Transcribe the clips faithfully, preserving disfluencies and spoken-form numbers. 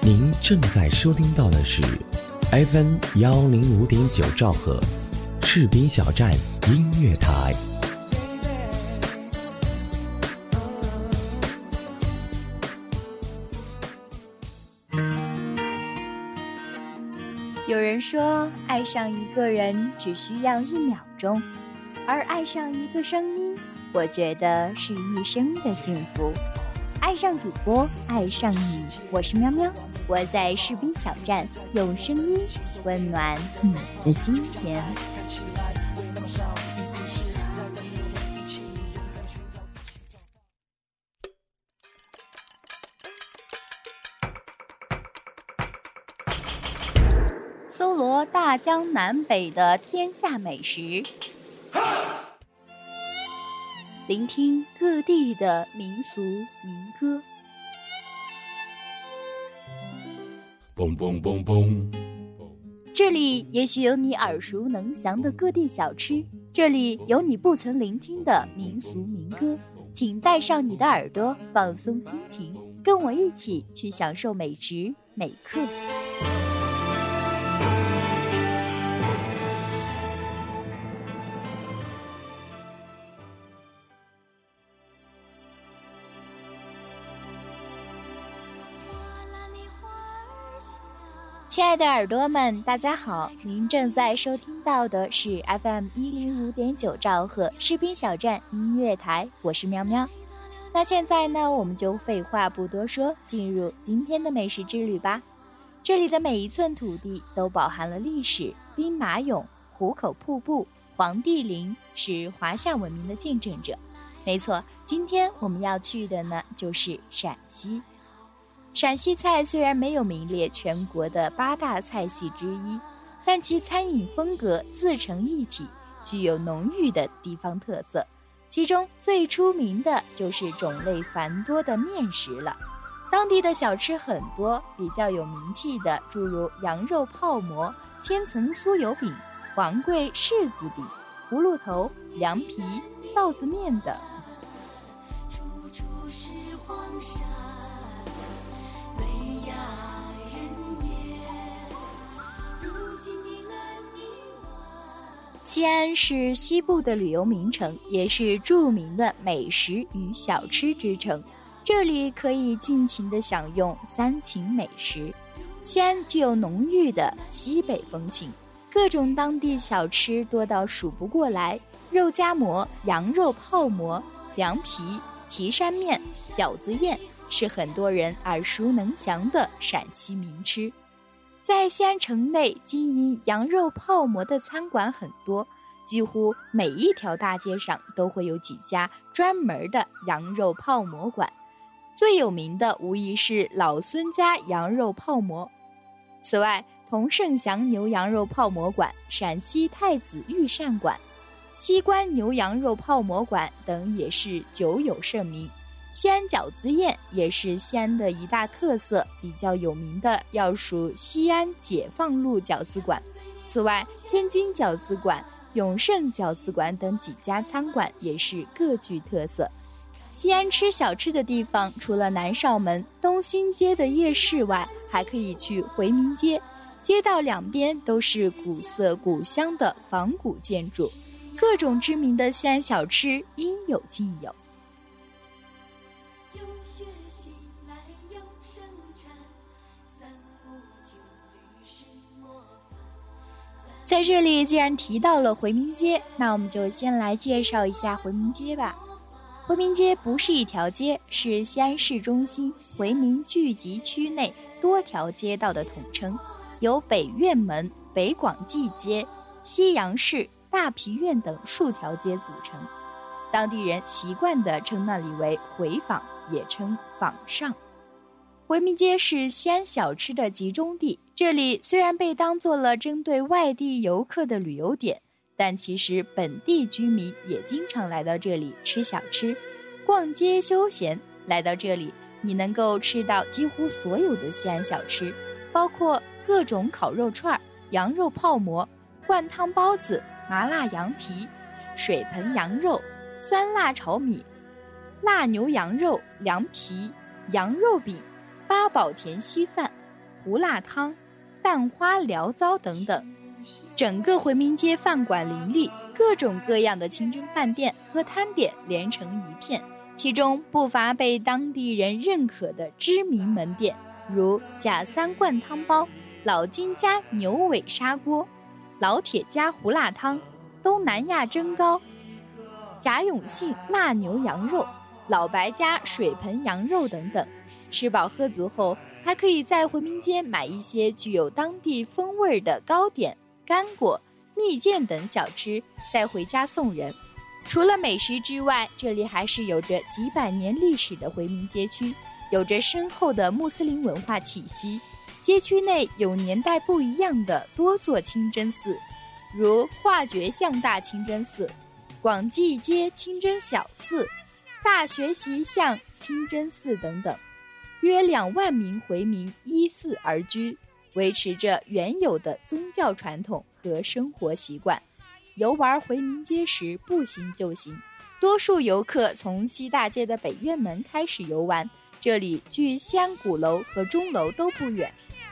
您正在收听到的是 F M 幺零五点九兆赫，士兵小站音乐台。 有人说，爱上一个人只需要一秒钟，而爱上一个声音，我觉得是一生的幸福。爱上主播，爱上你，我是喵喵，我在士兵小站用声音温暖你的心田。搜罗大江南北的天下美食，聆听各地的民俗民歌。 嘣嘣嘣嘣， 这里也许有你耳熟能详的各地小吃，这里有你不曾聆听的民俗民歌。请带上你的耳朵，放松心情，跟我一起去享受美食美客。亲爱的耳朵们，大家好，您正在收听到的是 F M 一零五点九兆赫士兵小站音乐台，我是喵喵。那现在呢，我们就废话不多说，进入今天的美食之旅吧。这里的每一寸土地都饱含了历史，兵马俑、壶口瀑布、黄帝陵是华夏文明的见证者。没错，今天我们要去的呢，就是陕西。陕西菜虽然没有名列全国的八大菜系之一，但其餐饮风格自成一体，具有浓郁的地方特色。其中最出名的就是种类繁多的面食了。当地的小吃很多，比较有名气的诸如羊肉泡馍、千层酥油饼、黄桂柿子饼、葫芦头、凉皮、臊子面等。 处处是黄沙， 西安是西部的旅游名城，也是著名的美食与小吃之城，这里可以尽情地享用三秦美食。西安具有浓郁的西北风情，各种当地小吃多到数不过来，肉夹馍、羊肉泡馍、凉皮、岐山面、饺子宴是很多人耳熟能详的陕西名吃。在西安城内经营羊肉泡馍的餐馆很多，几乎每一条大街上都会有几家专门的羊肉泡馍馆，最有名的无疑是老孙家羊肉泡馍。此外，同盛祥牛羊肉泡馍馆、陕西太子御膳馆、西关牛羊肉泡馍馆等也是久有盛名。西安饺子宴也是西安的一大特色，比较有名的要数西安解放路饺子馆。此外，天津饺子馆、永盛饺子馆等几家餐馆也是各具特色。西安吃小吃的地方，除了南少门、东兴街的夜市外，还可以去回民街，街道两边都是古色古香的仿古建筑，各种知名的西安小吃应有尽有。在这里既然提到了回民街，那我们就先来介绍一下回民街吧。回民街不是一条街，是西安市中心回民聚集区内多条街道的统称，由北院门、北广济街、西洋市、大皮院等数条街组成。当地人习惯地称那里为回坊，也称坊上。回民街是西安小吃的集中地，这里虽然被当作了针对外地游客的旅游点，但其实本地居民也经常来到这里吃小吃、逛街休闲。来到这里，你能够吃到几乎所有的西安小吃，包括各种烤肉串、羊肉泡馍、灌汤包子、麻辣羊蹄、水盆羊肉、酸辣炒米、辣牛羊肉、凉皮、羊肉饼、八宝甜稀饭、 胡辣汤、蛋花醪糟等等。整个回民街饭馆林立，各种各样的清真饭店和摊点连成一片，其中不乏被当地人认可的知名门店，如贾三灌汤包、老金家牛尾砂锅、老铁家胡辣汤、东南亚蒸糕、贾永信辣牛羊肉、老白家水盆羊肉等等。吃饱喝足后，还可以在回民街买一些具有当地风味的糕点、干果、蜜饯等小吃带回家送人。除了美食之外，这里还是有着几百年历史的回民街区，有着深厚的穆斯林文化气息。街区内有年代不一样的多座清真寺，如化觉巷大清真寺、广济街清真小寺、大学习巷清真寺等等。约两万名回民依寺而居，维持着原有的宗教传统和生活习惯。游玩回民街时步行就行，多数游客从西大街的北院门开始游玩，这里距西安鼓楼和钟楼都不远。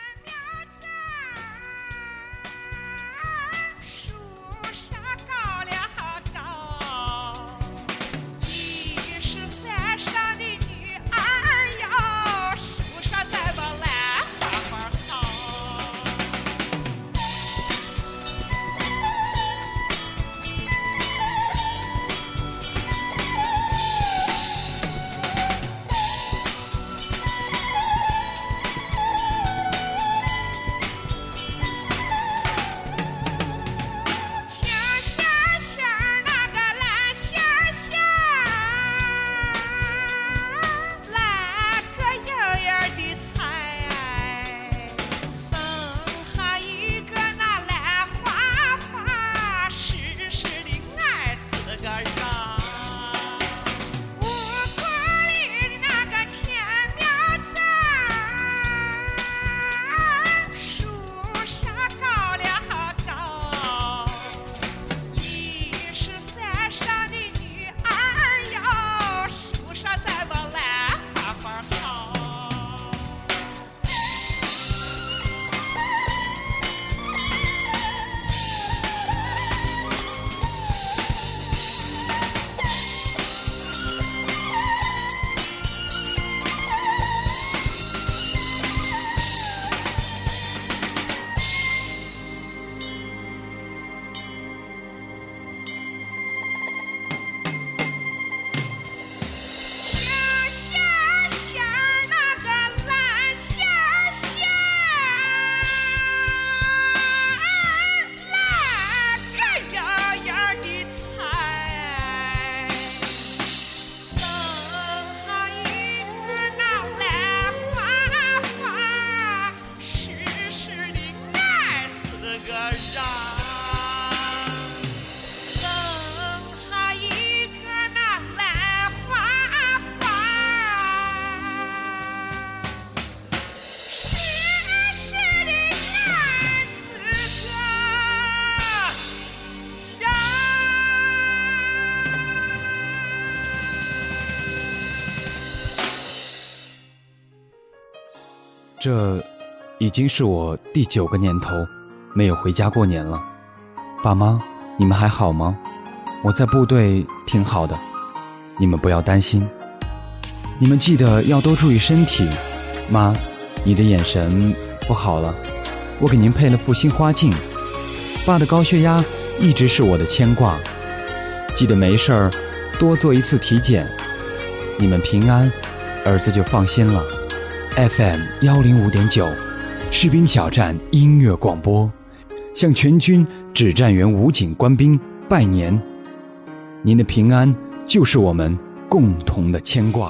这已经是我第九个年头没有回家过年了。爸妈，你们还好吗？我在部队挺好的，你们不要担心。你们记得要多注意身体。妈，你的眼神不好了，我给您配了副新花镜。爸的高血压一直是我的牵挂，记得没事儿多做一次体检。你们平安，儿子就放心了。F M 一零五点九，士兵小站音乐广播，向全军指战员武警官兵拜年。您的平安就是我们共同的牵挂。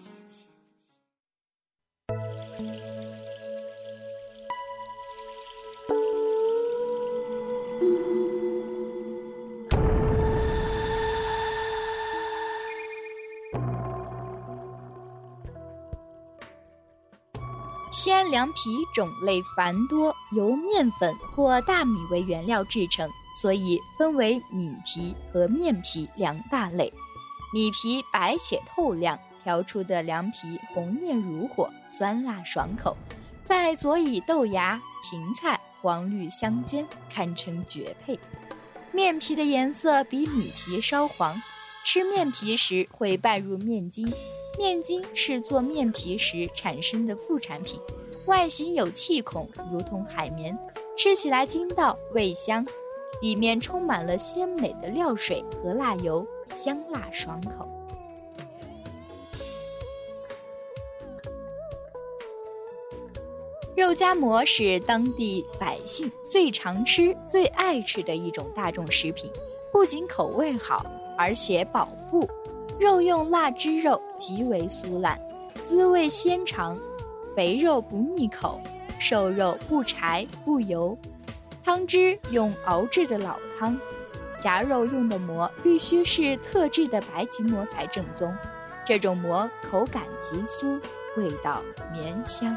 西安凉皮种类繁多，由面粉或大米为原料制成，所以分为米皮和面皮两大类。米皮白且透亮，调出的凉皮红艳如火，酸辣爽口。 再佐以豆芽、芹菜、黄绿相间，堪称绝配。面皮的颜色比米皮稍黄，吃面皮时会拌入面筋，面筋是做面皮时产生的副产品，外形有气孔，如同海绵，吃起来筋道味香，里面充满了鲜美的料水和辣油，香辣爽口。肉夹馍是当地百姓最常吃、最爱吃的一种大众食品，不仅口味好，而且饱腹。肉用腊汁肉，极为酥烂，滋味鲜长，肥肉不腻口，瘦肉不柴不油。汤汁用熬制的老汤，夹肉用的馍必须是特制的白吉馍才正宗。这种馍口感极酥，味道绵香。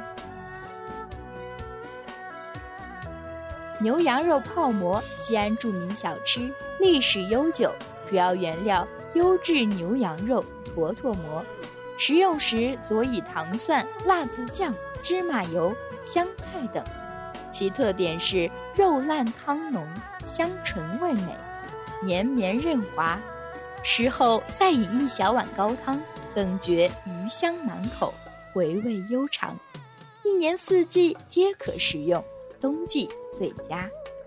牛羊肉泡馍，西安著名小吃，历史悠久，主要原料优质牛羊肉、坨坨馍，食用时佐以糖蒜、辣子酱、芝麻油、香菜等。其特点是肉烂汤浓，香醇味美，绵绵韧滑。食后再饮一小碗高汤，更觉余香满口，回味悠长。一年四季皆可食用，冬季最佳。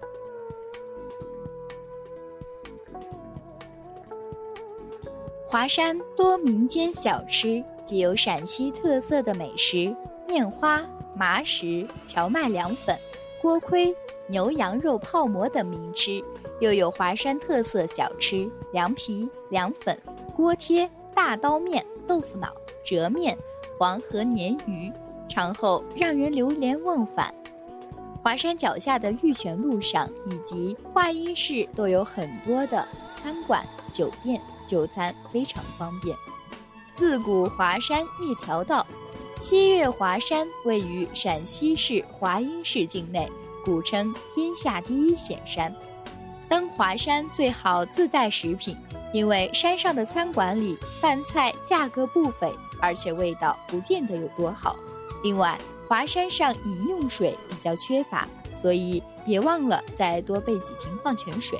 华山多民间小吃，既有陕西特色的美食面花、麻食、荞麦凉粉、锅盔、牛羊肉泡馍等名吃，又有华山特色小吃凉皮、凉粉、锅贴、大刀面、豆腐脑、折面、黄河鲶鱼，尝后让人流连忘返。华山脚下的玉泉路上以及华阴市都有很多的餐馆、酒店，就餐非常方便。自古华山一条道，西岳华山位于陕西市华阴市境内，古称天下第一险山。登华山最好自带食品，因为山上的餐馆里饭菜价格不菲，而且味道不见得有多好。另外，华山上饮用水比较缺乏，所以别忘了再多备几瓶矿泉水。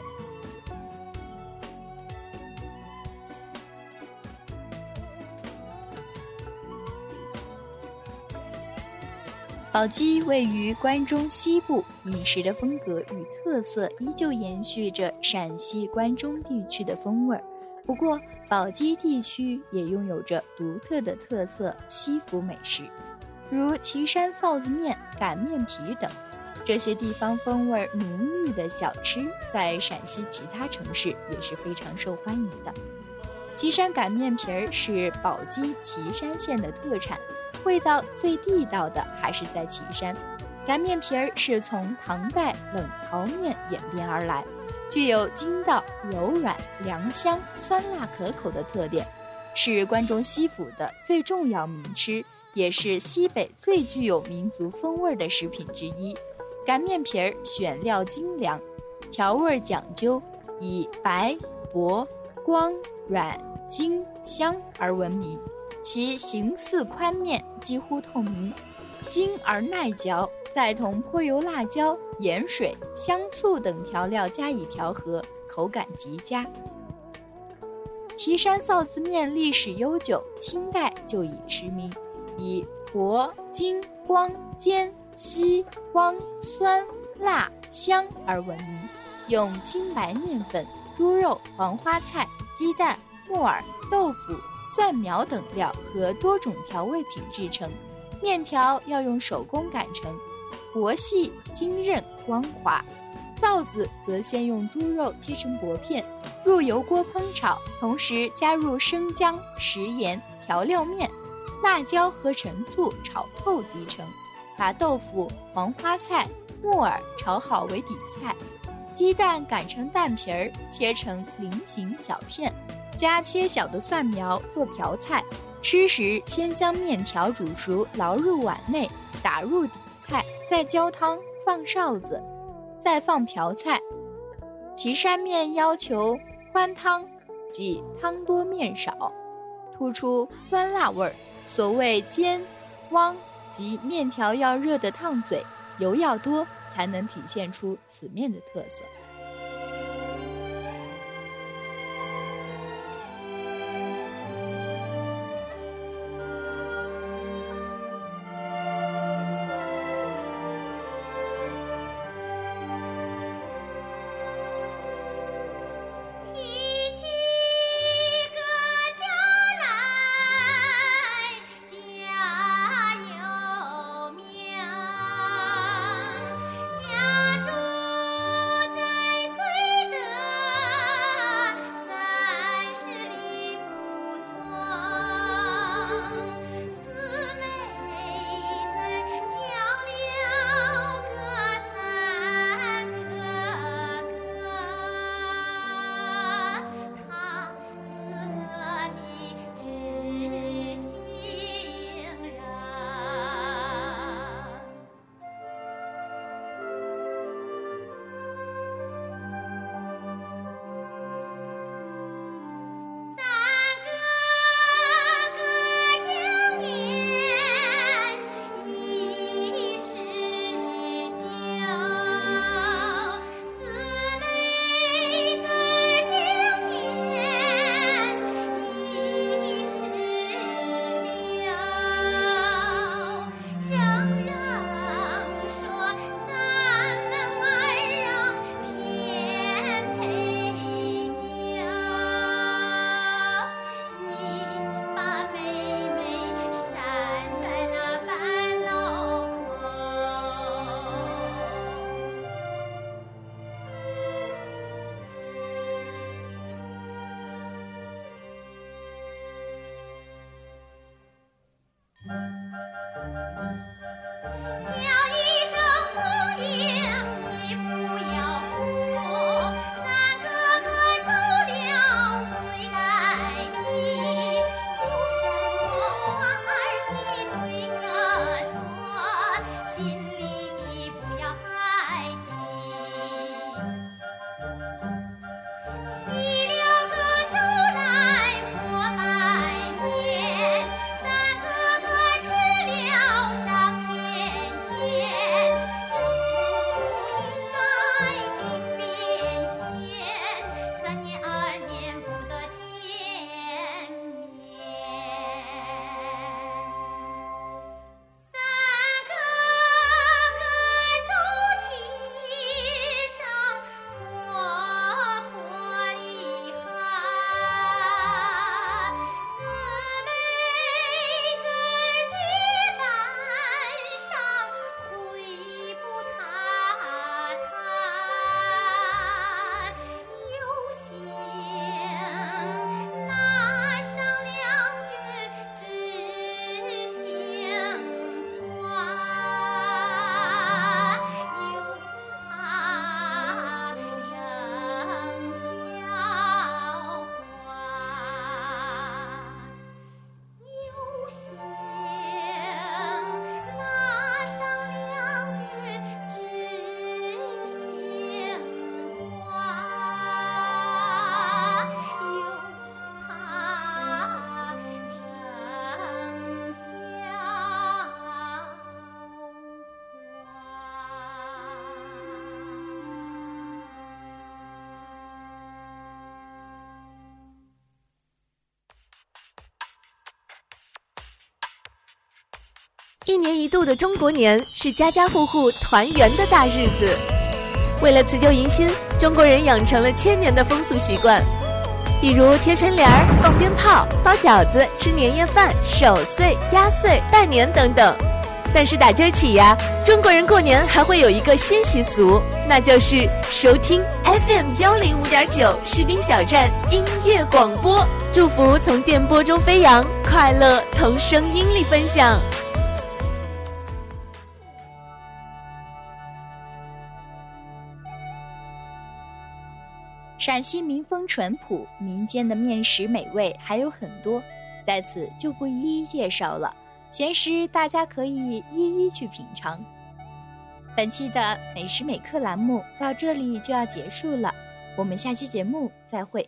宝鸡位于关中西部，饮食的风格与特色依旧延续着陕西关中地区的风味。不过，宝鸡地区也拥有着独特的特色西府美食，如岐山臊子面、擀面皮等。这些地方风味浓郁的小吃，在陕西其他城市也是非常受欢迎的。岐山擀面皮儿是宝鸡岐山县的特产，味道最地道的还是在岐山。擀面皮儿是从唐代冷淘面演变而来，具有筋道、柔软、凉香、酸辣可口的特点，是关中西府的最重要名吃，也是西北最具有民族风味的食品之一。擀面皮儿选料精良，调味讲究，以白、薄、光、软、筋、香而闻名。其形似宽面，几乎透明，筋而耐嚼，再同泼油辣椒、盐水、香醋等调料加以调和，口感极佳。岐山臊子面历史悠久，清代就已驰名，以薄、筋、光、尖、稀、光、酸、辣、香而闻名，用清白面粉、猪肉、黄花菜、鸡蛋、木耳、豆腐、蒜苗等料和多种调味品制成，面条要用手工擀成，薄细筋韧光滑。臊子则先用猪肉切成薄片，入油锅烹炒，同时加入生姜、食盐、调料面、辣椒和陈醋炒透即成。把豆腐、黄花菜、木耳炒好为底菜，鸡蛋擀成蛋皮儿，切成菱形小片，加切小的蒜苗做瓢菜。吃时先将面条煮熟，捞入碗内，打入底菜，再浇汤，放臊子，再放瓢菜。岐山面要求宽汤，即汤多面少，突出酸辣味儿。所谓煎、汪、 即面条要热得烫嘴，油要多，才能体现出此面的特色。 一年一度的中国年是家家户户团圆的大日子。为了辞旧迎新，中国人养成了千年的风俗习惯，比如贴春联、放鞭炮、包饺子、吃年夜饭、守岁、压岁、拜年等等。但是打今儿起呀，中国人过年还会有一个新习俗，那就是收听 F M 幺零五点九士兵小站音乐广播，祝福从电波中飞扬，快乐从声音里分享。 陕西民风淳朴，民间的面食美味还有很多，在此就不一一介绍了，闲时大家可以一一去品尝。本期的美食美课栏目到这里就要结束了，我们下期节目再会。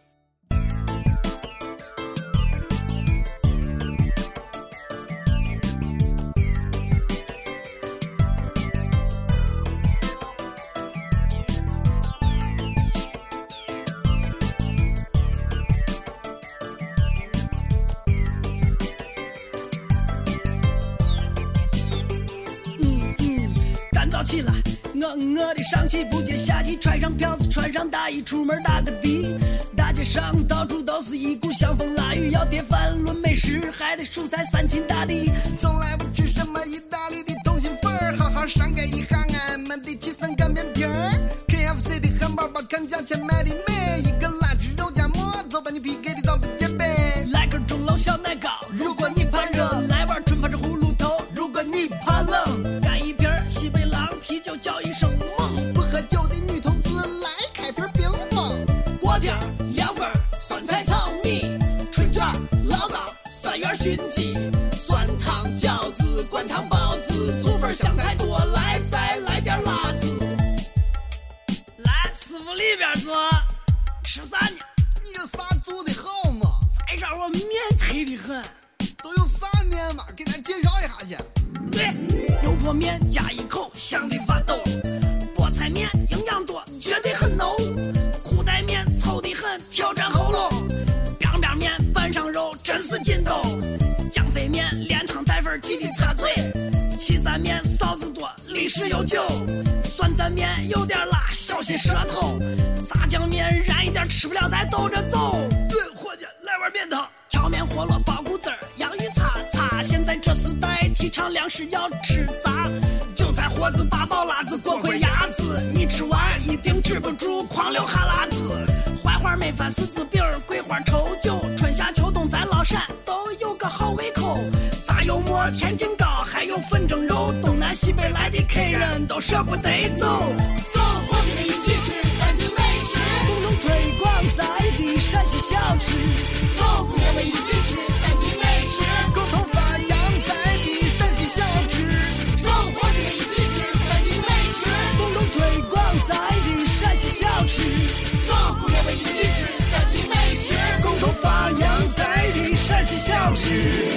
早起来，我我的上气不接下气，穿上票子，穿上大衣，出门打个的。大街上到处都是一股香风腊雨，要碟饭论美食，还得蔬菜三秦大地。 从来不吃什么意大利的通心粉儿，好好上盖一行俺们的七三干面皮儿。K F C 的汉堡包看价钱买的美，一个辣猪肉夹馍，走把你 P K 的早不减肥。 来根钟楼小奶糕，如果你怕热；来碗春发这葫芦头，如果你怕冷。干一瓶西北狼啤酒，叫一声猛。 不喝酒的女同志来开瓶冰峰。 锅贴、凉粉、酸菜炒米、春卷、醪糟、三元熏鸡、酸汤饺子、灌汤包子、醋粉香菜多，来再来点辣子。来，师傅里边坐，吃啥呢？ 你有啥做的好吗？ 再让我面忒的很。 都有啥面嘛？给咱介绍一下去。 对，油泼面加一口，香的发抖。菠菜面营养多，绝对很浓。裤带面糙的很，挑战喉咙。biang biang面拌上肉，真是劲头。酱飞面连汤带粉，记得擦嘴。岐山面臊子多，历史悠久。酸蘸面有点辣，小心舌头。炸酱面燃一点，吃不了再兜着走。 对，伙计，来碗面汤。 荞面饸饹包谷子儿，洋芋擦擦。现在这时代提倡粮食要吃杂，韭菜盒子八宝辣子锅盔鸭子，你吃完一定止不住狂流哈喇子。槐花焖饭柿子饼，桂花稠酒，春夏秋冬咱老陕都有个好胃口。炸油馍、天津糕，还有粉蒸肉，东南西北来的客人都舍不得走。 走，我们一起吃三秦美食， 共同推广在地陕西小吃。 走，我们一起吃三秦美食， 共同发扬在地陕西小吃。 走，我们一起吃三秦美食， 共同推广在地陕西小吃。 走，我们一起吃三秦美食， 共同发扬在地陕西小吃。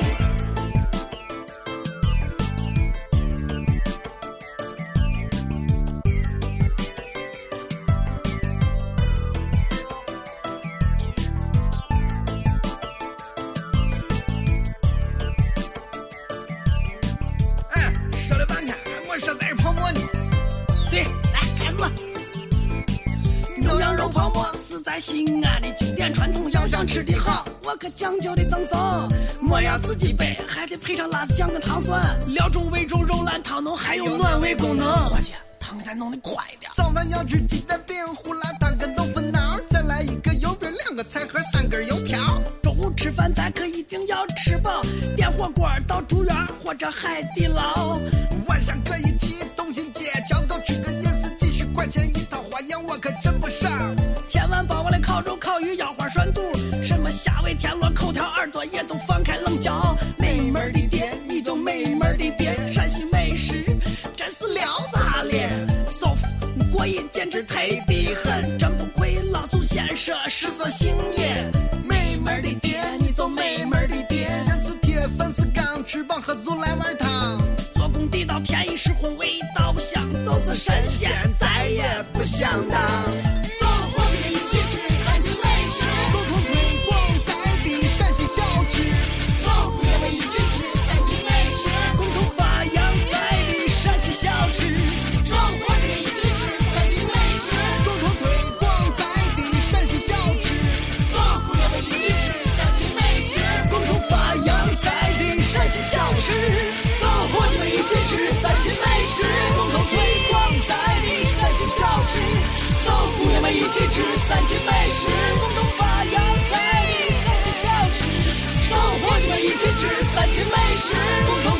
西安的经典传统，要想吃的好，我可讲究的赠送。莫要自己备，还得配上辣子酱跟糖蒜，料中味中肉烂汤浓，还有暖胃功能。伙计，汤给咱弄得快点。 早饭要吃鸡蛋饼、胡辣汤跟豆腐脑，再来一个油饼、两个菜盒、三根油条。 中午吃饭咱可一定要吃饱，点火锅到住院或者海底捞。 晚上可以去东新街饺子沟吃个夜市，几十块钱一套，花样我可真不少。 千万把我的烤肉、烤鱼、腰花、涮肚，什么虾尾、田螺、口条、耳朵也都放开冷嚼。美门的店，你就美门的店，陕西美食真是撩炸脸，舒服过瘾，简直忒的很，真不愧老祖先说食色性也。美门的店，你就美门的店， 人是铁，粉是钢，吃饱喝足来碗汤。 做工地道，便宜实惠，味道不香，就是神仙再也不想当。 一起吃三秦美食， 共同推广在地陕西小吃。 走，我们一起吃三秦美食， 共同发扬在地陕西小吃。 走，我们一起吃三秦美食， 共同推广在地陕西小吃。 走，我们一起吃三秦美食， 共同发扬在地陕西小吃。走，我们一起吃三秦美食，共同推广在地陕西小吃。走，姑娘们一起吃三秦美食，共同发扬在地陕西小吃。走，伙计们一起吃三秦美食，共同